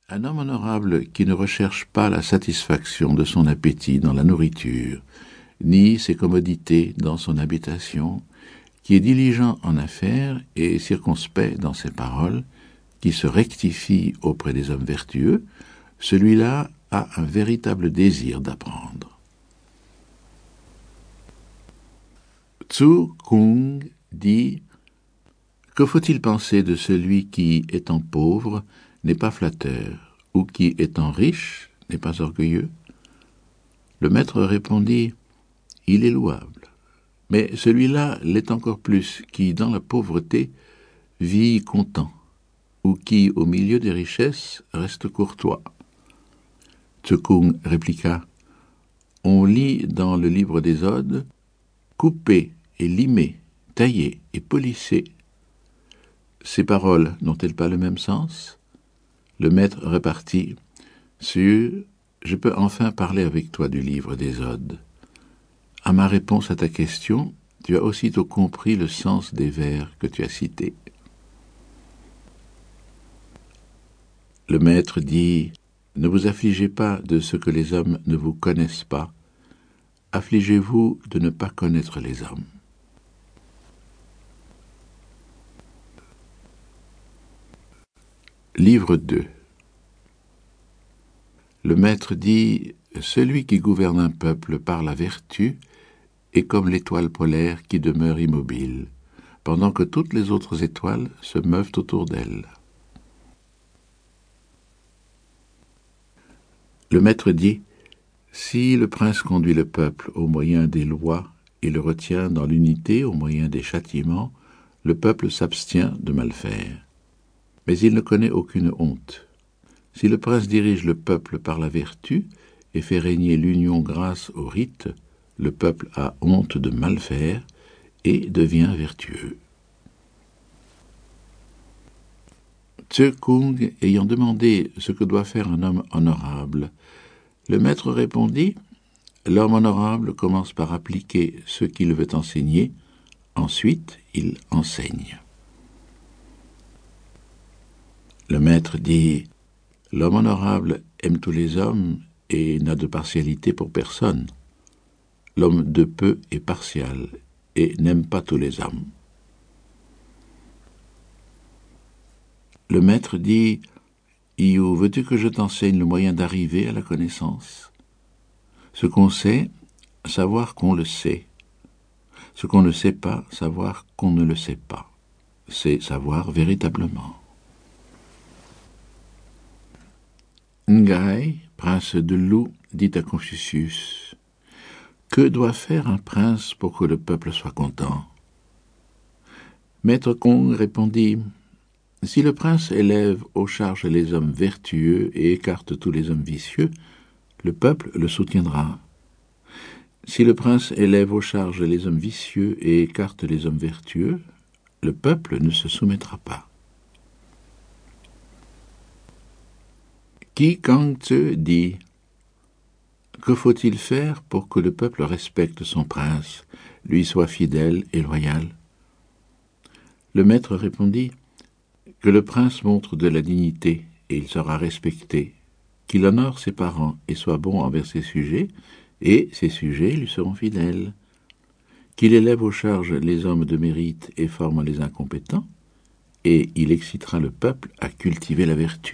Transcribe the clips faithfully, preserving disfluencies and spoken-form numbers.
Un homme honorable qui ne recherche pas la satisfaction de son appétit dans la nourriture, ni ses commodités dans son habitation, qui est diligent en affaires et circonspect dans ses paroles, qui se rectifie auprès des hommes vertueux, celui-là a un véritable désir d'apprendre. Tzu Kung dit « Que faut-il penser de celui qui, étant pauvre, n'est pas flatteur, ou qui, étant riche, n'est pas orgueilleux ?» Le maître répondit « Il est louable, mais celui-là l'est encore plus, qui, dans la pauvreté, vit content, ou qui, au milieu des richesses, reste courtois. » Tzu Kung répliqua « On lit dans le livre des Odes « Coupez et limez, taillez et polissez ». Ces paroles n'ont-elles pas le même sens ? Le maître repartit « Sûr, je peux enfin parler avec toi du livre des Odes. À ma réponse à ta question, tu as aussitôt compris le sens des vers que tu as cités. » Le maître dit « Ne vous affligez pas de ce que les hommes ne vous connaissent pas. Affligez-vous de ne pas connaître les hommes. » Livre deux. Le maître dit « Celui qui gouverne un peuple par la vertu est comme l'étoile polaire qui demeure immobile, pendant que toutes les autres étoiles se meuvent autour d'elle. » Le maître dit « Si le prince conduit le peuple au moyen des lois et le retient dans l'unité au moyen des châtiments, le peuple s'abstient de mal faire. Mais il ne connaît aucune honte. Si le prince dirige le peuple par la vertu et fait régner l'union grâce au rite, le peuple a honte de mal faire et devient vertueux. » Tzu Kung ayant demandé ce que doit faire un homme honorable, le maître répondit « L'homme honorable commence par appliquer ce qu'il veut enseigner, ensuite il enseigne. » Le maître dit « L'homme honorable aime tous les hommes et n'a de partialité pour personne. L'homme de peu est partial et n'aime pas tous les hommes. » Le maître dit « Iou, veux-tu que je t'enseigne le moyen d'arriver à la connaissance ? Ce qu'on sait, savoir qu'on le sait. Ce qu'on ne sait pas, savoir qu'on ne le sait pas. C'est savoir véritablement. » Ngai, prince de Lu, dit à Confucius « Que doit faire un prince pour que le peuple soit content ?» Maître Kong répondit « Si le prince élève aux charges les hommes vertueux et écarte tous les hommes vicieux, le peuple le soutiendra. Si le prince élève aux charges les hommes vicieux et écarte les hommes vertueux, le peuple ne se soumettra pas. » Ki Kang-tse dit « Que faut-il faire pour que le peuple respecte son prince, lui soit fidèle et loyal ?» Le maître répondit « Que le prince montre de la dignité et il sera respecté, qu'il honore ses parents et soit bon envers ses sujets, et ses sujets lui seront fidèles, qu'il élève aux charges les hommes de mérite et forme les incompétents, et il excitera le peuple à cultiver la vertu. »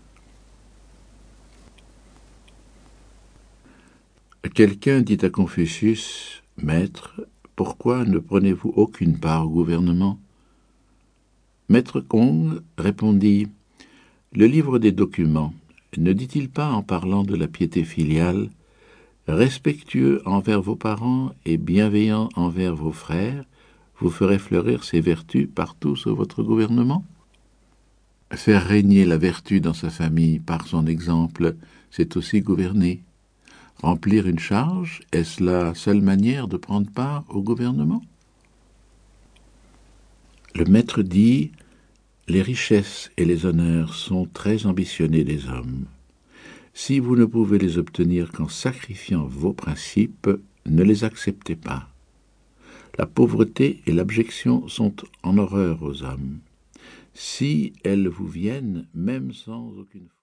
Quelqu'un dit à Confucius, « Maître, pourquoi ne prenez-vous aucune part au gouvernement ?» Maître Kong répondit, « Le livre des documents ne dit-il pas en parlant de la piété filiale, respectueux envers vos parents et bienveillant envers vos frères, vous ferez fleurir ces vertus partout sur votre gouvernement ? Faire régner la vertu dans sa famille par son exemple, c'est aussi gouverner. Remplir une charge, est-ce la seule manière de prendre part au gouvernement ? Le maître dit « Les richesses et les honneurs sont très ambitionnés des hommes. Si vous ne pouvez les obtenir qu'en sacrifiant vos principes, ne les acceptez pas. La pauvreté et l'abjection sont en horreur aux hommes. Si elles vous viennent, même sans aucune